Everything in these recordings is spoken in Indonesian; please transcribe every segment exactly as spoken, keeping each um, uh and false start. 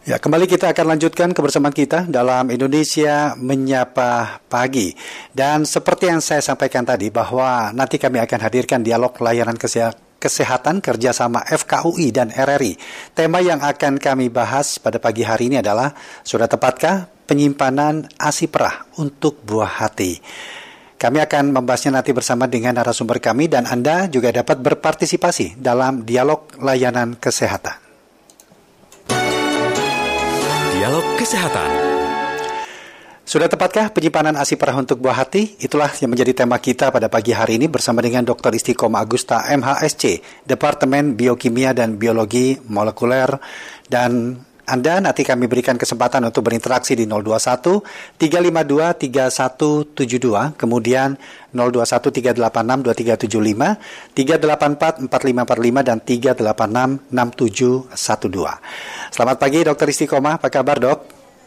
Ya, kembali kita akan lanjutkan kebersamaan kita dalam Indonesia Menyapa Pagi. Dan seperti yang saya sampaikan tadi bahwa nanti kami akan hadirkan dialog layanan kesehatan kerjasama F K U I dan R R I. Tema yang akan kami bahas pada pagi hari ini adalah, sudah tepatkah penyimpanan ASI perah untuk buah hati? Kami akan membahasnya nanti bersama dengan narasumber kami, dan Anda juga dapat berpartisipasi dalam dialog layanan kesehatan. Dialog Kesehatan. Sudah tepatkah penyimpanan ASI perah untuk buah hati? Itulah yang menjadi tema kita pada pagi hari ini bersama dengan Doktor Istiqomah Agusta M H S C, Departemen Biokimia dan Biologi Molekuler. Dan Anda nanti kami berikan kesempatan untuk berinteraksi di nol dua satu tiga lima dua tiga satu tujuh dua, kemudian nol dua satu tiga delapan enam dua tiga tujuh lima, tiga delapan empat empat lima empat lima, dan tiga delapan enam enam tujuh satu dua. Selamat pagi Dokter Istiqomah, apa kabar Dok?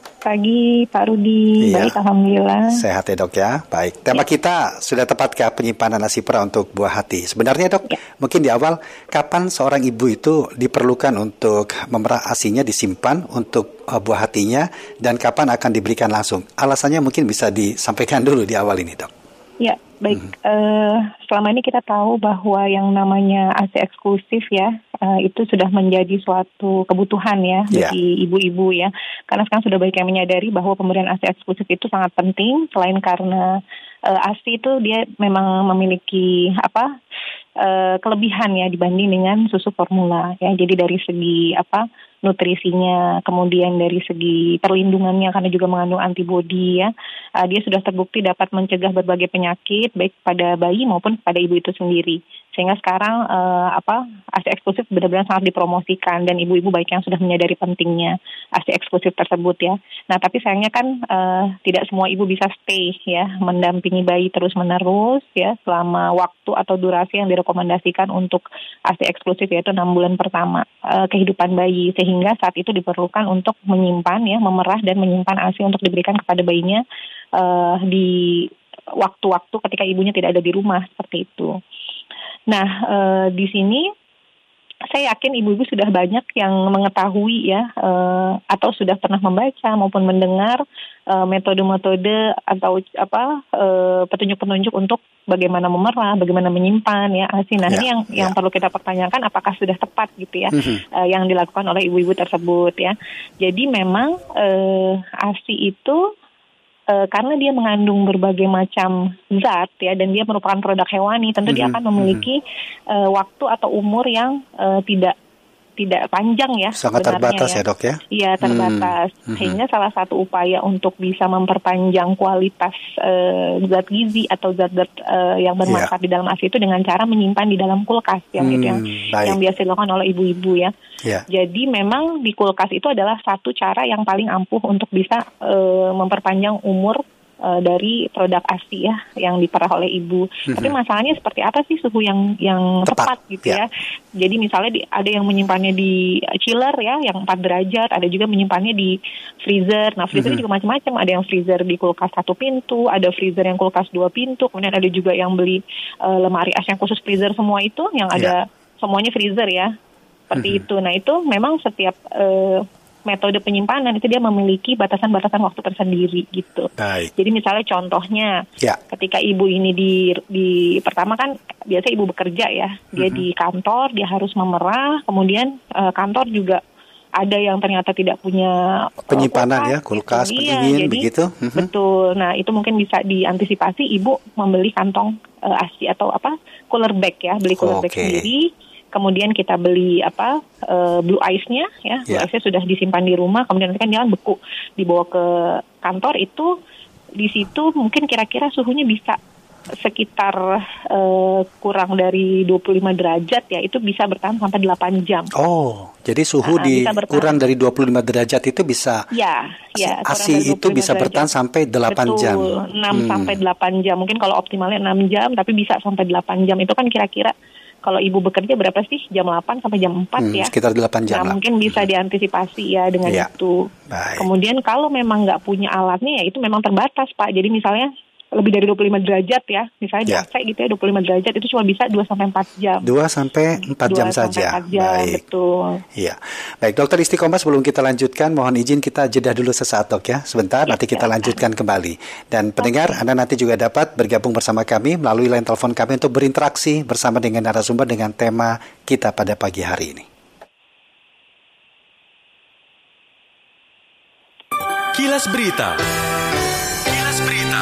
Pagi Pak Rudi, iya. Baik Alhamdulillah. Sehat ya Dok ya, baik. Tema ya. Kita, sudah tepatkah penyimpanan ASI perah untuk buah hati? Sebenarnya Dok, ya. Mungkin di awal, kapan seorang ibu itu diperlukan untuk memerah ASINya disimpan untuk uh, buah hatinya, dan kapan akan diberikan langsung? Alasannya mungkin bisa disampaikan dulu di awal ini Dok. Ya, baik. Hmm. Uh, selama ini kita tahu bahwa yang namanya ASI eksklusif ya, uh, itu sudah menjadi suatu kebutuhan ya yeah. bagi ibu-ibu ya. Karena sekarang sudah banyak yang menyadari bahwa pemberian ASI eksklusif itu sangat penting, selain karena uh, ASI itu dia memang memiliki apa uh, kelebihan ya dibanding dengan susu formula ya. Jadi dari segi apa nutrisinya, kemudian dari segi perlindungannya karena juga mengandung antibodi ya, uh, dia sudah terbukti dapat mencegah berbagai penyakit baik pada bayi maupun pada ibu itu sendiri. Sehingga sekarang uh, apa ASI eksklusif benar-benar sangat dipromosikan, dan ibu-ibu baik yang sudah menyadari pentingnya ASI eksklusif tersebut ya. Nah tapi sayangnya kan uh, tidak semua ibu bisa stay ya mendampingi bayi terus-menerus ya selama waktu atau durasi yang direkomendasikan untuk ASI eksklusif, yaitu enam bulan pertama uh, kehidupan bayi. Sehingga saat itu diperlukan untuk menyimpan ya, memerah dan menyimpan ASI untuk diberikan kepada bayinya uh, di waktu-waktu ketika ibunya tidak ada di rumah, seperti itu. Nah, uh, di sini saya yakin ibu-ibu sudah banyak yang mengetahui ya, uh, atau sudah pernah membaca maupun mendengar uh, metode-metode atau apa uh, petunjuk-petunjuk untuk bagaimana memerah, bagaimana menyimpan ya ASI. Nah, ya, ini yang ya. yang perlu kita pertanyakan, apakah sudah tepat gitu ya mm-hmm. uh, yang dilakukan oleh ibu-ibu tersebut ya. Jadi memang uh, ASI itu Uh, karena dia mengandung berbagai macam zat ya, dan dia merupakan produk hewani, tentu mm-hmm. dia akan memiliki uh, waktu atau umur yang uh, tidak tidak panjang ya. Sangat terbatas ya, ya Dok ya? Iya, terbatas. Hmm. Sehingga salah satu upaya untuk bisa memperpanjang kualitas uh, zat gizi atau zat-zat uh, yang bermanfaat yeah. di dalam ASI itu dengan cara menyimpan di dalam kulkas yang hmm, itu yang, yang biasa dilakukan oleh ibu-ibu ya. Yeah. Jadi memang di kulkas itu adalah satu cara yang paling ampuh untuk bisa uh, memperpanjang umur Uh, dari produk ASI ya yang diperah oleh ibu. Mm-hmm. Tapi masalahnya seperti apa sih suhu yang yang tepat, tepat gitu ya. ya. Jadi misalnya di, ada yang menyimpannya di chiller ya yang empat derajat, ada juga menyimpannya di freezer. Nah, freezer mm-hmm. juga macam-macam. Ada yang freezer di kulkas satu pintu, ada freezer yang kulkas dua pintu, kemudian ada juga yang beli uh, lemari es yang khusus freezer semua itu yang ada yeah. semuanya freezer ya. Seperti mm-hmm. itu. Nah, itu memang setiap uh, metode penyimpanan itu dia memiliki batasan-batasan waktu tersendiri gitu. Baik. Jadi misalnya contohnya, ya. ketika ibu ini di di pertama kan biasa ibu bekerja ya, dia mm-hmm. di kantor, dia harus memerah, kemudian uh, kantor juga ada yang ternyata tidak punya penyimpanan uh, kulkas, ya, kulkas, pendingin jadi, begitu. Mm-hmm. Betul. Nah itu mungkin bisa diantisipasi, ibu membeli kantong uh, ASI atau apa cooler bag ya, beli cooler okay. bag sendiri. Kemudian kita beli apa uh, blue ice-nya ya, blue yeah. ice-nya sudah disimpan di rumah, kemudian nanti kan jalan beku dibawa ke kantor, itu di situ mungkin kira-kira suhunya bisa sekitar uh, kurang dari dua puluh lima derajat ya, itu bisa bertahan sampai delapan jam. Oh, jadi suhu nah, di kurang dari dua puluh lima derajat itu bisa ya, ya ASI itu bisa derajat. Bertahan sampai delapan Betul, jam. enam hmm. sampai delapan jam. Mungkin kalau optimalnya enam jam, tapi bisa sampai delapan jam. Itu kan kira-kira kalau ibu bekerja berapa sih? Jam delapan sampai jam empat hmm, ya. Sekitar delapan jam. Nah, lah. mungkin bisa diantisipasi ya dengan ya. itu. Baik. Kemudian kalau memang nggak punya alatnya ya itu memang terbatas Pak. Jadi misalnya lebih dari dua puluh lima derajat ya, misalnya Ya. di A C gitu ya dua puluh lima derajat itu cuma bisa dua sampai empat jam. dua sampai empat jam dua sampai saja. empat jam, Baik. betul. Iya. Baik, Dokter Istiqomah, sebelum kita lanjutkan, mohon izin kita jeda dulu sesaat, Dok ya. Sebentar, Ya, nanti kita silakan. lanjutkan kembali. Dan pendengar, Anda nanti juga dapat bergabung bersama kami melalui line telepon kami untuk berinteraksi bersama dengan narasumber dengan tema kita pada pagi hari ini. Kilas Berita. Kilas Berita.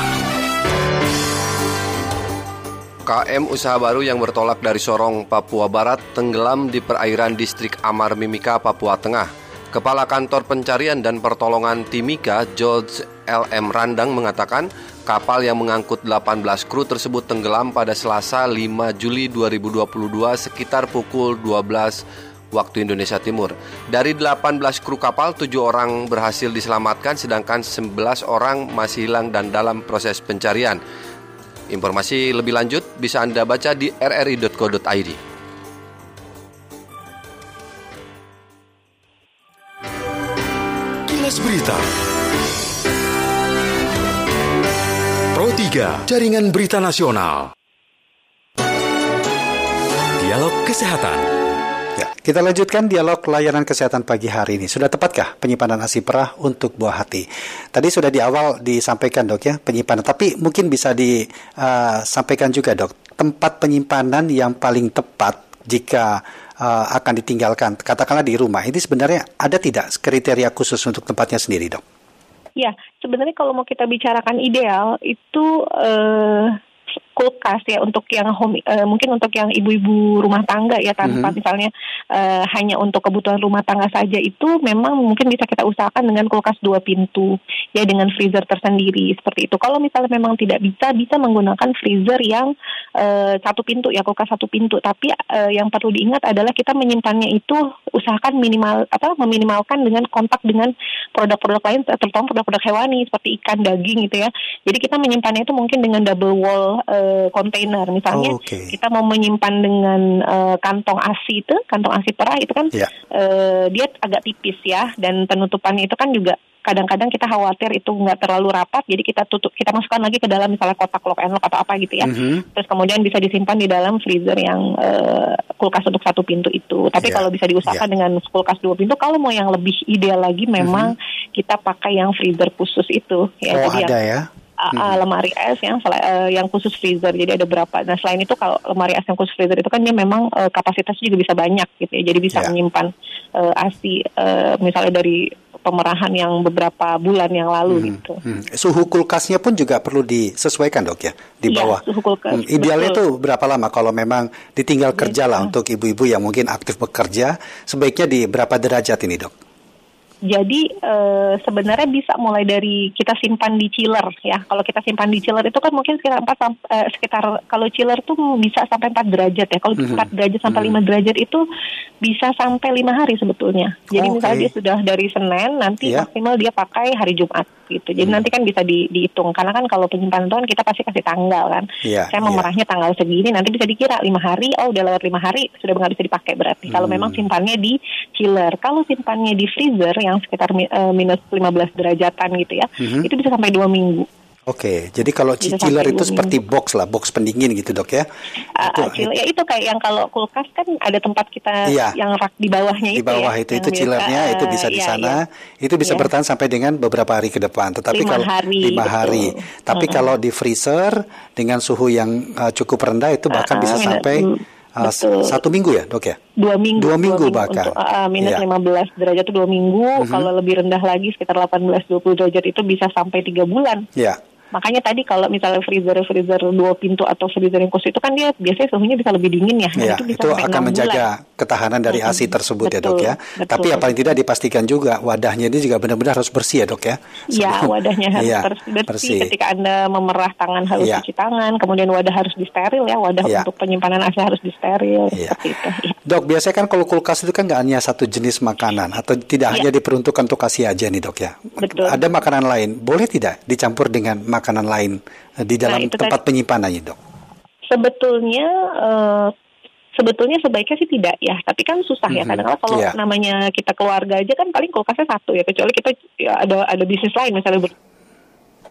K M usaha baru yang bertolak dari Sorong, Papua Barat, tenggelam di perairan distrik Amar Mimika, Papua Tengah. Kepala Kantor Pencarian dan Pertolongan Timika, George L M Randang, mengatakan kapal yang mengangkut delapan belas kru tersebut tenggelam pada Selasa lima Juli dua ribu dua puluh dua sekitar pukul dua belas waktu Indonesia Timur. Dari delapan belas kru kapal, tujuh orang berhasil diselamatkan, sedangkan sebelas orang masih hilang dan dalam proses pencarian. Informasi lebih lanjut bisa Anda baca di r r i dot co dot i d. Kilas Berita. Pro tiga, Jaringan Berita Nasional. Dialog Kesehatan. Ya, kita lanjutkan dialog layanan kesehatan pagi hari ini. Sudah tepatkah penyimpanan ASI perah untuk buah hati? Tadi sudah di awal disampaikan, Dok ya, penyimpanan. Tapi mungkin bisa disampaikan juga, Dok, tempat penyimpanan yang paling tepat jika uh, akan ditinggalkan, katakanlah di rumah. Ini sebenarnya ada tidak kriteria khusus untuk tempatnya sendiri, Dok? Ya, sebenarnya kalau mau kita bicarakan ideal itu eh, kulkas ya untuk yang home, uh, mungkin untuk yang ibu-ibu rumah tangga ya tanpa mm-hmm. misalnya uh, hanya untuk kebutuhan rumah tangga saja, itu memang mungkin bisa kita usahakan dengan kulkas dua pintu ya, dengan freezer tersendiri seperti itu. Kalau misalnya memang tidak bisa, bisa menggunakan freezer yang uh, satu pintu ya, kulkas satu pintu. Tapi uh, yang perlu diingat adalah kita menyimpannya itu usahakan minimal apa meminimalkan dengan kontak dengan produk-produk lain, terutama produk-produk hewani seperti ikan, daging gitu ya. Jadi kita menyimpannya itu mungkin dengan double wall uh, kontainer. Misalnya oh, okay. kita mau menyimpan dengan uh, kantong ASI itu, kantong ASI perah itu kan yeah. uh, dia agak tipis ya, dan penutupannya itu kan juga kadang-kadang kita khawatir itu nggak terlalu rapat, jadi kita tutup, kita masukkan lagi ke dalam misalnya kotak lock and lock atau apa gitu ya. Mm-hmm. Terus kemudian bisa disimpan di dalam freezer yang uh, kulkas untuk satu pintu itu. Tapi yeah. kalau bisa diusahakan yeah. dengan kulkas dua pintu, kalau mau yang lebih ideal lagi memang mm-hmm. kita pakai yang freezer khusus itu ya. Oh, jadi ada yang, ya. Uh, uh, lemari es yang uh, yang khusus freezer, jadi ada berapa. Nah selain itu kalau lemari es yang khusus freezer itu kan dia memang uh, kapasitasnya juga bisa banyak gitu ya, jadi bisa yeah. menyimpan uh, ASI uh, misalnya dari pemerahan yang beberapa bulan yang lalu hmm, gitu. Hmm. Suhu kulkasnya pun juga perlu disesuaikan, Dok ya, di bawah. Ya, suhu kulkas. Hmm, idealnya itu berapa lama kalau memang ditinggal kerja lah untuk ibu-ibu yang mungkin aktif bekerja, sebaiknya di berapa derajat ini, Dok? Jadi e, sebenarnya bisa mulai dari kita simpan di chiller ya. Kalau kita simpan di chiller itu kan mungkin sekitar empat eh, sekitar kalau chiller tuh bisa sampai empat derajat ya. Kalau mm-hmm. empat derajat sampai mm-hmm. lima derajat itu bisa sampai lima hari sebetulnya. Jadi oh, misalnya okay. dia sudah dari Senin, nanti yeah. maksimal dia pakai hari Jumat gitu. Jadi mm. nanti kan bisa di, dihitung, karena kan kalau penyimpanan itu kan kita pasti kasih tanggal kan. Yeah, Saya memerahnya yeah. tanggal segini, nanti bisa dikira lima hari, oh udah lewat lima hari sudah nggak bisa dipakai berarti. Mm. Kalau memang simpannya di chiller. Kalau simpannya di freezer yang sekitar uh, minus lima belas derajatan gitu ya, mm-hmm. itu bisa sampai dua minggu. Oke, jadi kalau chiller itu seperti box lah, box pendingin gitu, Dok ya? Uh, itu, chiller, ya itu kayak yang kalau kulkas kan ada tempat kita iya, yang rak di bawahnya di itu bawah ya. itu, itu chillernya uh, itu bisa di iya, sana, iya. itu bisa iya. bertahan sampai dengan beberapa hari ke depan. Tetapi lima kalau hari, lima betul. hari, tapi uh-huh. kalau di freezer dengan suhu yang uh, cukup rendah itu bahkan uh-huh. bisa sampai Uh, satu minggu ya, Dok ya? Dua minggu. Dua minggu, dua minggu bahkan. untuk uh, minus yeah. lima belas derajat itu dua minggu. Mm-hmm. Kalau lebih rendah lagi sekitar delapan belas dua puluh derajat itu bisa sampai tiga bulan. Iya. Yeah. Makanya tadi kalau misalnya freezer-freezer dua pintu atau freezer yang khusus itu kan dia biasanya suhunya bisa lebih dingin ya. Ya, itu bisa itu akan menjaga bulan. Ketahanan dari hmm, ASI tersebut betul, ya, Dok ya. Betul. Tapi yang paling tidak dipastikan juga wadahnya ini juga benar-benar harus bersih ya, Dok ya. Iya, wadahnya harus ya, bersih. bersih. Ketika Anda memerah tangan harus ya. cuci tangan, kemudian wadah harus disteril ya, wadah ya. untuk penyimpanan ASI harus disteril ya. seperti itu. Ya. Dok, biasanya kan kalau kulkas itu kan nggak hanya satu jenis makanan atau tidak ya. hanya diperuntukkan untuk ASI aja nih, Dok ya. Betul. Ada makanan lain, boleh tidak dicampur dengan makanan lain di dalam nah, tempat tadi, penyimpanannya, Dok? Sebetulnya uh, sebetulnya sebaiknya sih tidak ya, tapi kan susah mm-hmm. ya. Kadang-kadang kalau yeah. namanya kita keluarga aja kan paling kulkasnya satu ya, kecuali kita ya, ada ada bisnis lain misalnya ber-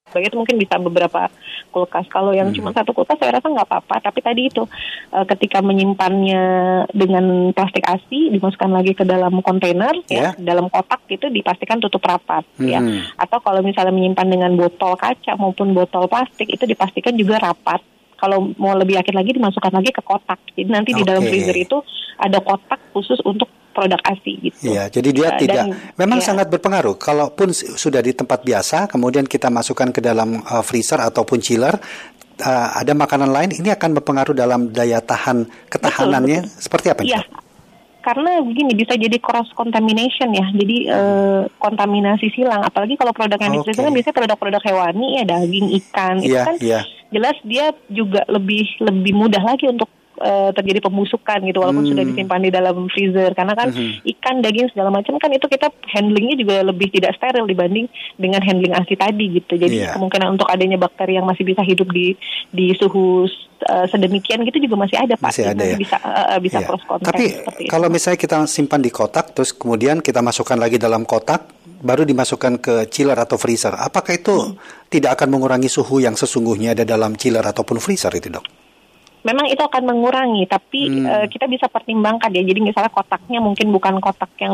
Itu mungkin bisa beberapa kulkas. Kalau yang hmm. cuma satu kulkas saya rasa nggak apa-apa. Tapi tadi itu uh, ketika menyimpannya dengan plastik A S I dimasukkan lagi ke dalam kontainer yeah. ya, dalam kotak gitu dipastikan tutup rapat hmm. ya. Atau kalau misalnya menyimpan dengan botol kaca maupun botol plastik itu dipastikan juga rapat. Kalau mau lebih yakin lagi dimasukkan lagi ke kotak. Jadi nanti okay. di dalam freezer itu ada kotak khusus untuk produk A S I gitu. Iya, jadi dia uh, tidak dan, memang ya. sangat berpengaruh. Kalaupun sudah di tempat biasa, kemudian kita masukkan ke dalam uh, freezer ataupun chiller, uh, ada makanan lain, ini akan berpengaruh dalam daya tahan ketahanannya. Betul, betul. Seperti apa? Iya. Karena begini bisa jadi cross contamination ya, jadi uh, kontaminasi silang. Apalagi kalau produk yang okay. di freezer kan biasanya produk-produk hewani ya, daging, ikan, itu yeah, kan yeah. jelas dia juga lebih lebih mudah lagi untuk Uh, terjadi pembusukan gitu walaupun hmm. sudah disimpan di dalam freezer karena kan hmm. ikan, daging segala macam kan itu kita handlingnya juga lebih tidak steril dibanding dengan handling A S I tadi gitu. Jadi yeah. kemungkinan untuk adanya bakteri yang masih bisa hidup di di suhu uh, sedemikian gitu juga masih ada Pak. Masih ada ya. Bisa uh, bisa yeah. cross contact. Tapi kalau itu. misalnya kita simpan di kotak terus kemudian kita masukkan lagi dalam kotak baru dimasukkan ke chiller atau freezer, apakah itu hmm. tidak akan mengurangi suhu yang sesungguhnya ada dalam chiller ataupun freezer itu, Dok? Memang itu akan mengurangi, tapi hmm. uh, kita bisa pertimbangkan ya. Jadi misalnya kotaknya mungkin bukan kotak yang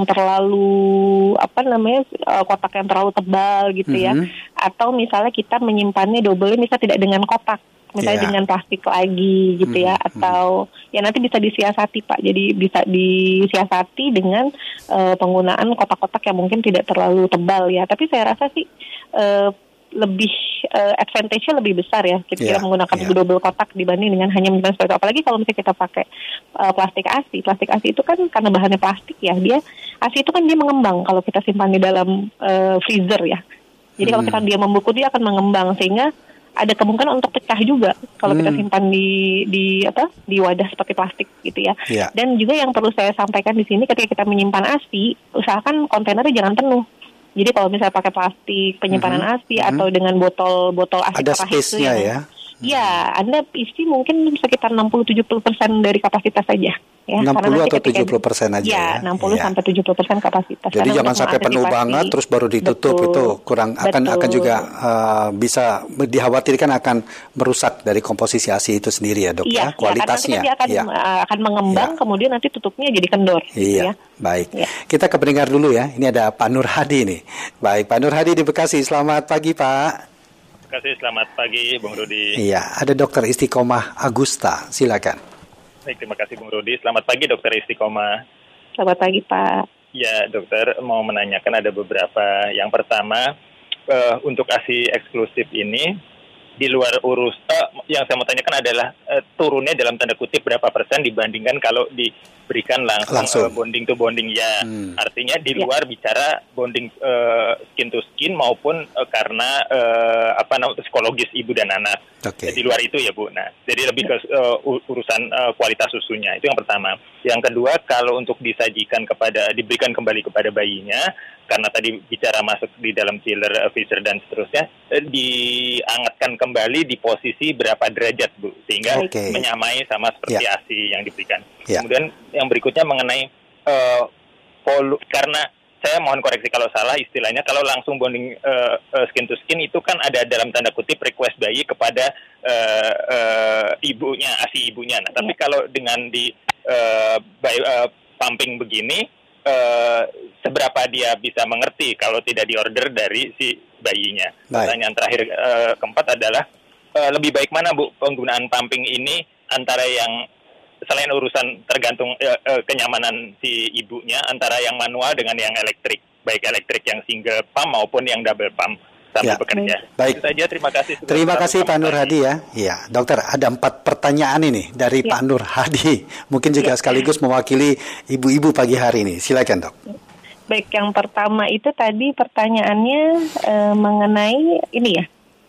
terlalu apa namanya uh, kotak yang terlalu tebal gitu hmm. ya. Atau misalnya kita menyimpannya double, misalnya tidak dengan kotak, misalnya yeah. dengan plastik lagi gitu hmm. ya. Atau hmm. ya nanti bisa disiasati Pak. Jadi bisa disiasati dengan uh, penggunaan kotak-kotak yang mungkin tidak terlalu tebal ya. Tapi saya rasa sih uh, lebih uh, advantage-nya lebih besar ya kita yeah, menggunakan yeah. double kotak dibanding dengan hanya menyimpan seperti itu. Apalagi kalau misalnya kita pakai uh, plastik A S I. Plastik A S I itu kan karena bahannya plastik ya, dia A S I itu kan dia mengembang kalau kita simpan di dalam uh, freezer ya. Jadi hmm. kalau kita dia membeku dia akan mengembang sehingga ada kemungkinan untuk pecah juga kalau hmm. kita simpan di di apa di wadah seperti plastik gitu ya. Yeah. Dan juga yang perlu saya sampaikan di sini ketika kita menyimpan A S I, usahakan kontainernya jangan penuh. Jadi kalau misalnya pakai plastik penyimpanan mm-hmm. A S I mm-hmm. atau dengan botol-botol A S I ada space-nya ya. Ya, Anda isi mungkin sekitar enam puluh sampai tujuh puluh persen dari kapasitas saja. Ya, enam puluh atau tujuh puluh persen aja ya? Ya, enam puluh sampai tujuh puluh persen kapasitas. Jadi karena jangan sampai penuh banget terus baru ditutup. Betul. Itu kurang akan Betul. akan juga uh, bisa dikhawatirkan akan merusak dari komposisi A S I itu sendiri ya, Dok ya, ya kualitasnya. Ya, karena dia akan, ya. akan mengembang ya. kemudian nanti tutupnya jadi kendor. Iya, ya. Baik. Ya. Kita ke pendengar dulu ya. Ini ada Pak Nur Hadi nih. Baik, Pak Nur Hadi di Bekasi. Selamat pagi, Pak. Terima kasih, selamat pagi Bung Rudi. Iya, ada Dokter Istiqomah Agusta, silakan. Baik, terima kasih Bung Rudi. Selamat pagi Dokter Istiqomah. Selamat pagi Pak. Ya dokter, mau menanyakan ada beberapa. Yang pertama, uh, untuk A S I eksklusif ini, di luar urus, uh, yang saya mau tanyakan adalah uh, turunnya dalam tanda kutip berapa persen dibandingkan kalau diberikan langsung, langsung. Uh, bonding to bonding ya. Hmm. Artinya di luar ya. bicara bonding uh, skin to skin maupun uh, karena uh, apa namanya psikologis ibu dan anak. Okay. Di luar itu ya Bu. Nah, jadi lebih ke uh, urusan uh, kualitas susunya. Itu yang pertama. Yang kedua, kalau untuk disajikan kepada diberikan kembali kepada bayinya, karena tadi bicara masuk di dalam chiller, freezer dan seterusnya, uh, diangetkan kembali di posisi berapa derajat Bu, sehingga okay. menyamai sama seperti yeah. A S I yang diberikan. Yeah. Kemudian yang berikutnya mengenai uh, polu, karena saya mohon koreksi kalau salah istilahnya, kalau langsung bonding uh, uh, skin to skin itu kan ada dalam tanda kutip request bayi kepada uh, uh, ibunya, A S I ibunya. Nah, tapi yeah. kalau dengan di uh, bayi, uh, pumping begini, uh, seberapa dia bisa mengerti kalau tidak diorder dari si bayinya. Baik. Pertanyaan terakhir uh, keempat adalah uh, lebih baik mana Bu penggunaan pumping ini antara yang selain urusan tergantung uh, uh, kenyamanan si ibunya, antara yang manual dengan yang elektrik, baik elektrik yang single pump maupun yang double pump sambil ya. bekerja. Baik. Itu saja, terima kasih. Terima kasih Pak Nur Hadi ya. Iya, Dokter, ada empat pertanyaan ini dari ya. Pak Nur Hadi. Mungkin juga ya. sekaligus mewakili ibu-ibu pagi hari ini. Silakan, Dok. Baik, yang pertama itu tadi pertanyaannya uh, mengenai ini ya.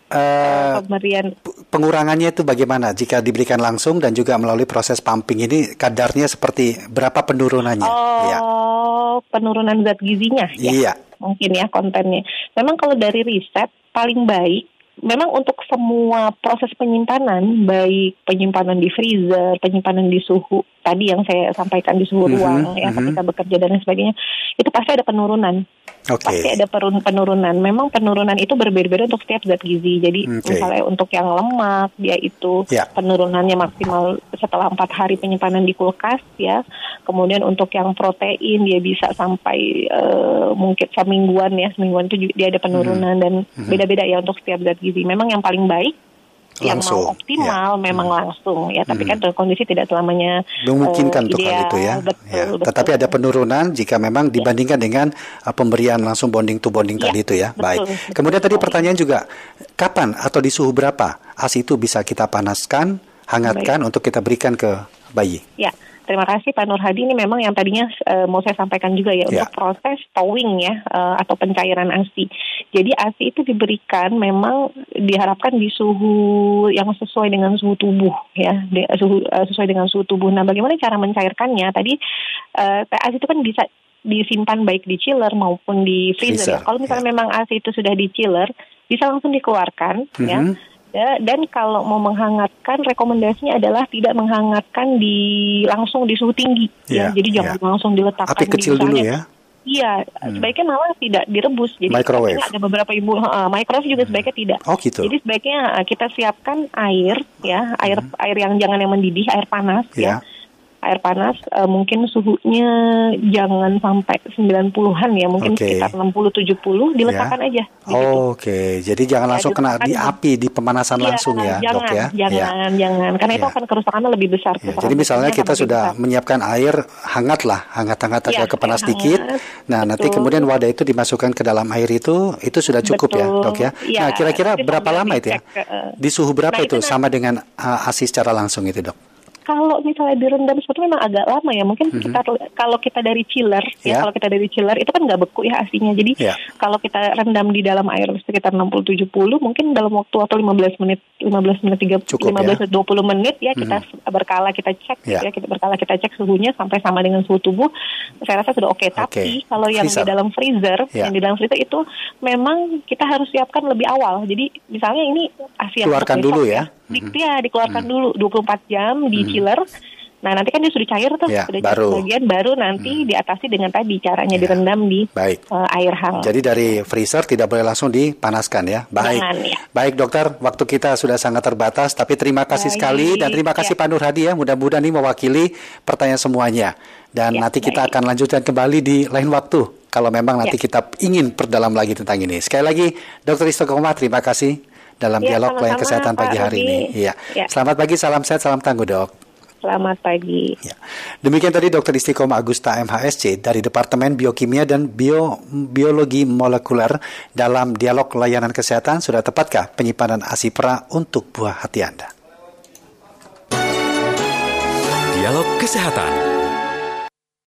Uh, pemberian pengurangannya itu bagaimana jika diberikan langsung dan juga melalui proses pumping ini, kadarnya seperti berapa penurunannya? Oh, ya. Penurunan zat gizinya ya. Iya. Mungkin ya kontennya. Memang kalau dari riset paling baik memang untuk semua proses penyimpanan, baik penyimpanan di freezer, penyimpanan di suhu tadi yang saya sampaikan di suhu mm-hmm, ruang, ya mm-hmm. ketika bekerja dan lain sebagainya, itu pasti ada penurunan. Okay. Pasti ada penurunan. Memang penurunan itu berbeda-beda untuk setiap zat gizi. Jadi okay. misalnya untuk yang lemak, dia itu yeah. penurunannya maksimal setelah empat hari penyimpanan di kulkas, ya. Kemudian untuk yang protein, dia bisa sampai uh, mungkin semingguan, ya. Semingguan itu dia ada penurunan mm. dan mm-hmm. beda-beda ya untuk setiap zat gizi. Memang yang paling baik langsung, yang mau optimal ya. memang hmm. langsung ya, tapi hmm. kan kondisi tidak selamanya memungkinkan uh, untuk ideal, hal itu ya. Betul, ya. Betul. Tetapi ada penurunan jika memang dibandingkan ya. dengan uh, pemberian langsung bonding to bonding ya, tadi itu ya. Betul, Baik. Betul, Kemudian betul. tadi pertanyaan juga, kapan atau di suhu berapa A S I itu bisa kita panaskan, hangatkan Baik. untuk kita berikan ke bayi? Ya. Terima kasih Pak Nur Hadi. Ini memang yang tadinya uh, mau saya sampaikan juga ya, yeah. untuk proses thawing ya, uh, atau pencairan A S I. Jadi A S I itu diberikan memang diharapkan di suhu yang sesuai dengan suhu tubuh ya, di, suhu, uh, sesuai dengan suhu tubuh. Nah, bagaimana cara mencairkannya? Tadi uh, A S I itu kan bisa disimpan baik di chiller maupun di freezer. freezer. Ya. Kalau misalnya yeah. memang A S I itu sudah di chiller, bisa langsung dikeluarkan mm-hmm. ya. Ya, dan kalau mau menghangatkan, rekomendasinya adalah tidak menghangatkan di langsung di suhu tinggi. Yeah, ya, jadi jangan yeah. langsung diletakkan. Api kecil di dulu ya. Iya, hmm. sebaiknya malah tidak direbus. Jadi microwave. Ada beberapa ibu uh, microwave juga sebaiknya hmm. tidak. Oh gitu. Jadi sebaiknya uh, kita siapkan air, ya, air hmm. air yang jangan yang mendidih, air panas, yeah. ya. Air panas, uh, mungkin suhunya jangan sampai sembilan puluhan ya, mungkin okay. sekitar enam puluh tujuh puluh, diletakkan yeah. aja. Oh, Oke, okay. Jadi jangan ya, langsung kena di api, di pemanasan ya, langsung ya, jangan, dok ya? Jangan, ya. jangan, karena ya. itu akan kerusakannya lebih besar. Ya, jadi misalnya kita sudah besar. menyiapkan air hangat lah, hangat-hangat ya, agak kepanas dikit. Nah, betul. nanti kemudian wadah itu dimasukkan ke dalam air itu, itu sudah cukup betul. ya, dok ya? ya nah, kira-kira berapa lama itu ya? Uh, Di suhu berapa nah, itu, itu sama dengan uh, A S I secara langsung itu, dok? Kalau misalnya direndam seperti memang agak lama ya, mungkin mm-hmm. sekitar kalau kita dari chiller yeah. ya, kalau kita dari chiller itu kan nggak beku ya A S I-nya. Jadi yeah. kalau kita rendam di dalam air sekitar enam puluh tujuh puluh, mungkin dalam waktu atau lima belas menit, lima belas menit tiga puluh, lima belas dua puluh menit ya, kita mm-hmm. berkala kita cek yeah. ya, kita berkala kita cek suhunya sampai sama dengan suhu tubuh. Saya rasa sudah oke. Okay. Tapi okay. kalau yang freezer. di dalam freezer, yeah. yang di dalam freezer itu memang kita harus siapkan lebih awal. Jadi misalnya ini A S I yang keluarkan dulu ya. Di, ya dikeluarkan hmm. dulu dua puluh empat jam di hmm. chiller. Nah nanti kan dia sudah cair tuh, ya, sudah cair bagian baru nanti hmm. diatasi dengan tadi caranya ya. direndam di uh, air hangat. Jadi dari freezer tidak boleh langsung dipanaskan ya. Baik, Jangan, ya. baik dokter, waktu kita sudah sangat terbatas, tapi terima kasih baik. sekali dan terima kasih ya. Pak Nur Hadi ya. Mudah-mudahan ini mewakili pertanyaan semuanya dan ya, nanti baik. kita akan lanjutkan kembali di lain waktu kalau memang nanti ya. kita ingin perdalam lagi tentang ini. Sekali lagi, Dokter Istiqomah, terima kasih dalam ya, dialog pelayanan kesehatan pagi hari ini. Iya. Ya. Selamat pagi, salam sehat, salam tangguh, Dok. Selamat pagi. Ya. Demikian tadi Dokter Istiqomah Agusta M H S C dari Departemen Biokimia dan Bio, Biologi Molekuler dalam dialog layanan kesehatan. Sudah tepatkah penyimpanan ASIPRA untuk buah hati Anda? Dialog Kesehatan.